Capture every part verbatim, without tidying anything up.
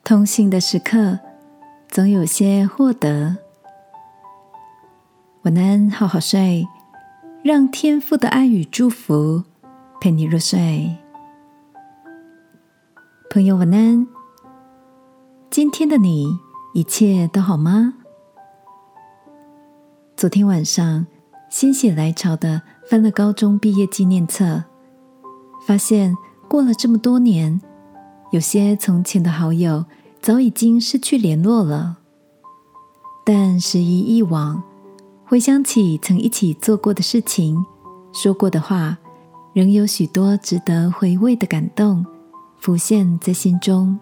同行的时刻，总有些获得。晚安，好好睡，让天父的爱与祝福陪你入睡。朋友晚安，今天的你一切都好吗？昨天晚上心血来潮的翻了高中毕业纪念册，发现过了这么多年，有些从前的好友早已经失去联络了，但时移忆往，回想起曾一起做过的事情，说过的话，仍有许多值得回味的感动浮现在心中。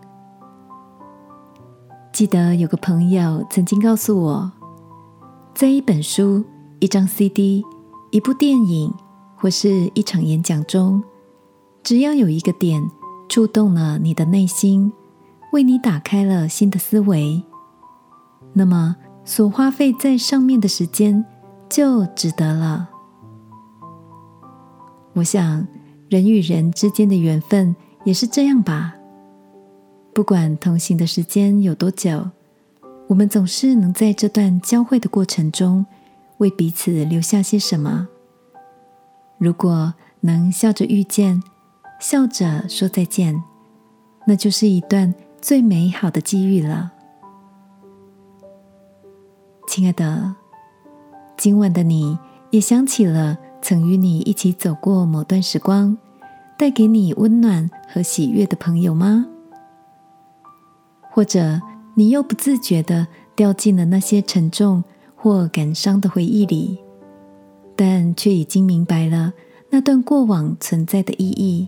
记得有个朋友曾经告诉我，在一本书、一张 C D、一部电影或是一场演讲中，只要有一个点触动了你的内心，为你打开了新的思维，那么所花费在上面的时间就值得了。我想人与人之间的缘分也是这样吧，不管同行的时间有多久，我们总是能在这段交汇的过程中为彼此留下些什么。如果能笑着遇见，笑着说再见，那就是一段最美好的机遇了。亲爱的，今晚的你也想起了曾与你一起走过某段时光，带给你温暖和喜悦的朋友吗？或者你又不自觉地掉进了那些沉重或感伤的回忆里，但却已经明白了那段过往存在的意义。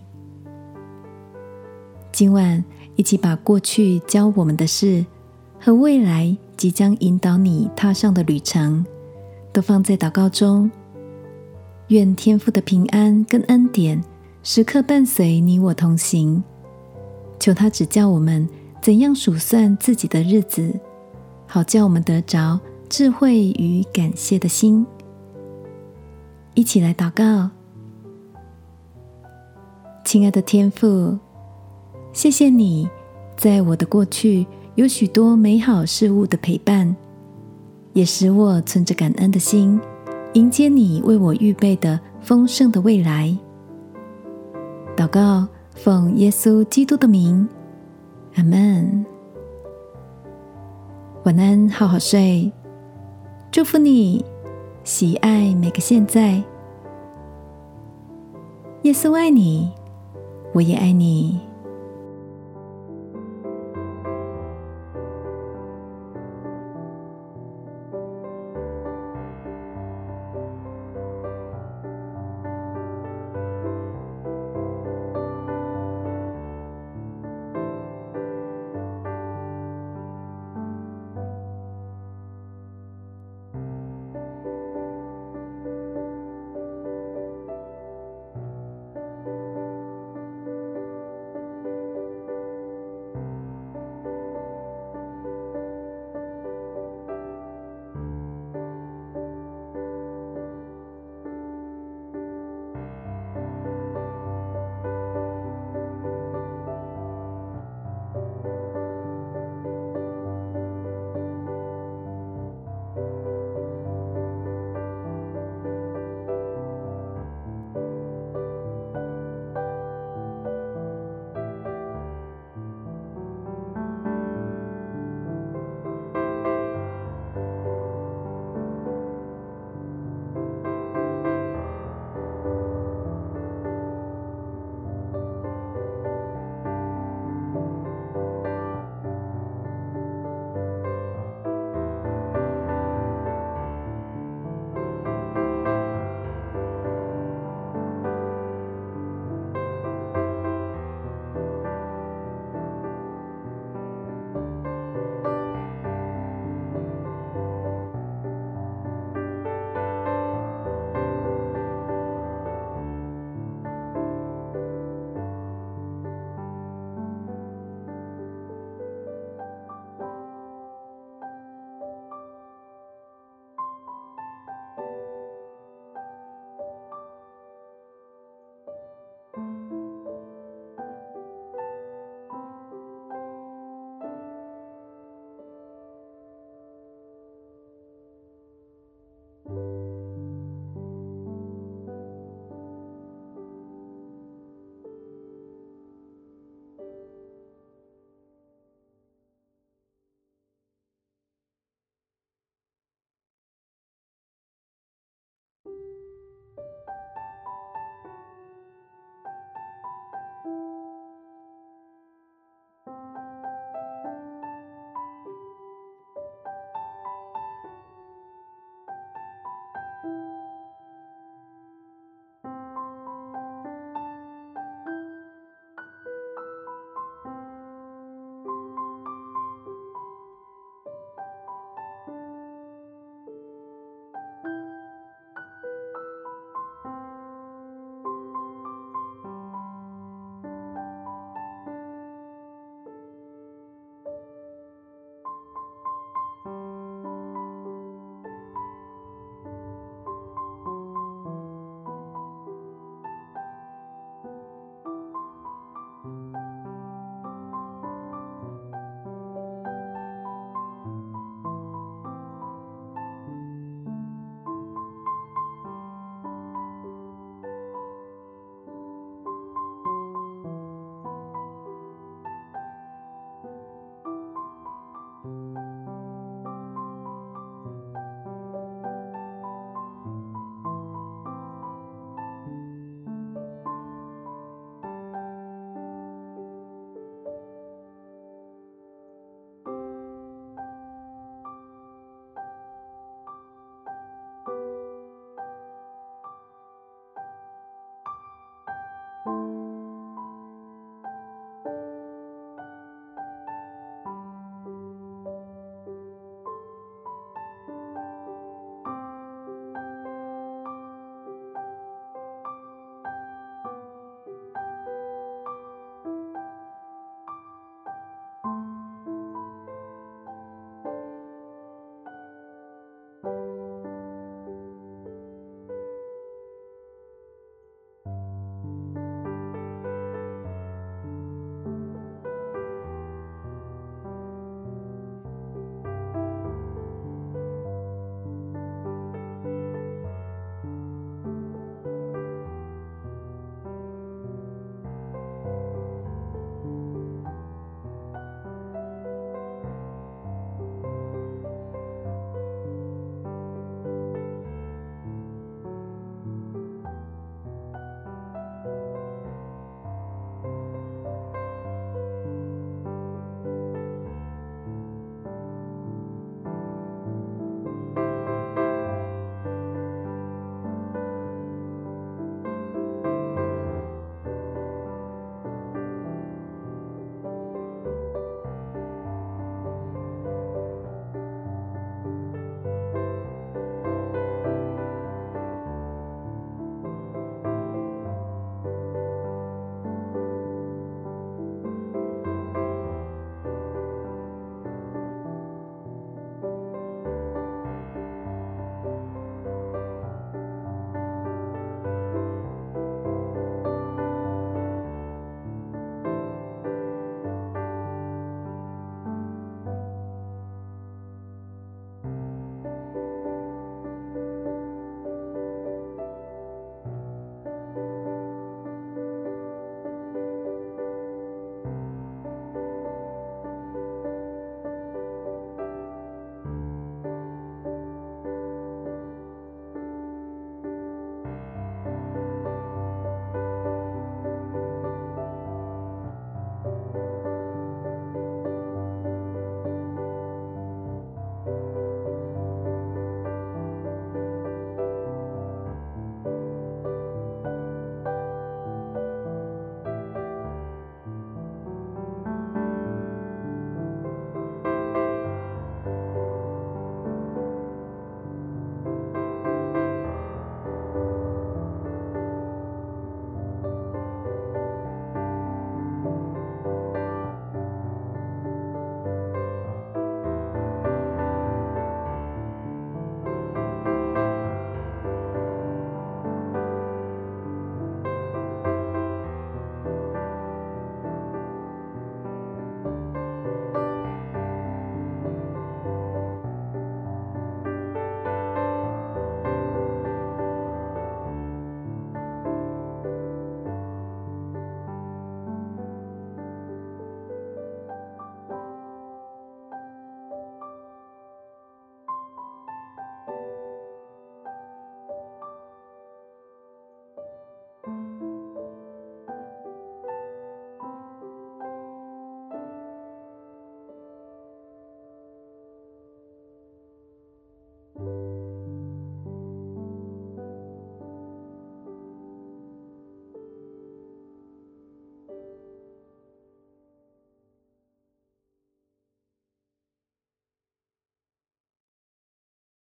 今晚一起把过去教我们的事和未来即将引导你踏上的旅程都放在祷告中，愿天父的平安跟恩典时刻伴随你我同行，求他指教我们怎样数算自己的日子，好叫我们得着智慧与感谢的心。一起来祷告。亲爱的天父，谢谢你在我的过去有许多美好事物的陪伴，也使我存着感恩的心迎接你为我预备的丰盛的未来。祷告奉耶稣基督的名，阿们。晚安，好好睡，祝福你，喜爱每个现在。耶稣爱你，我也爱你。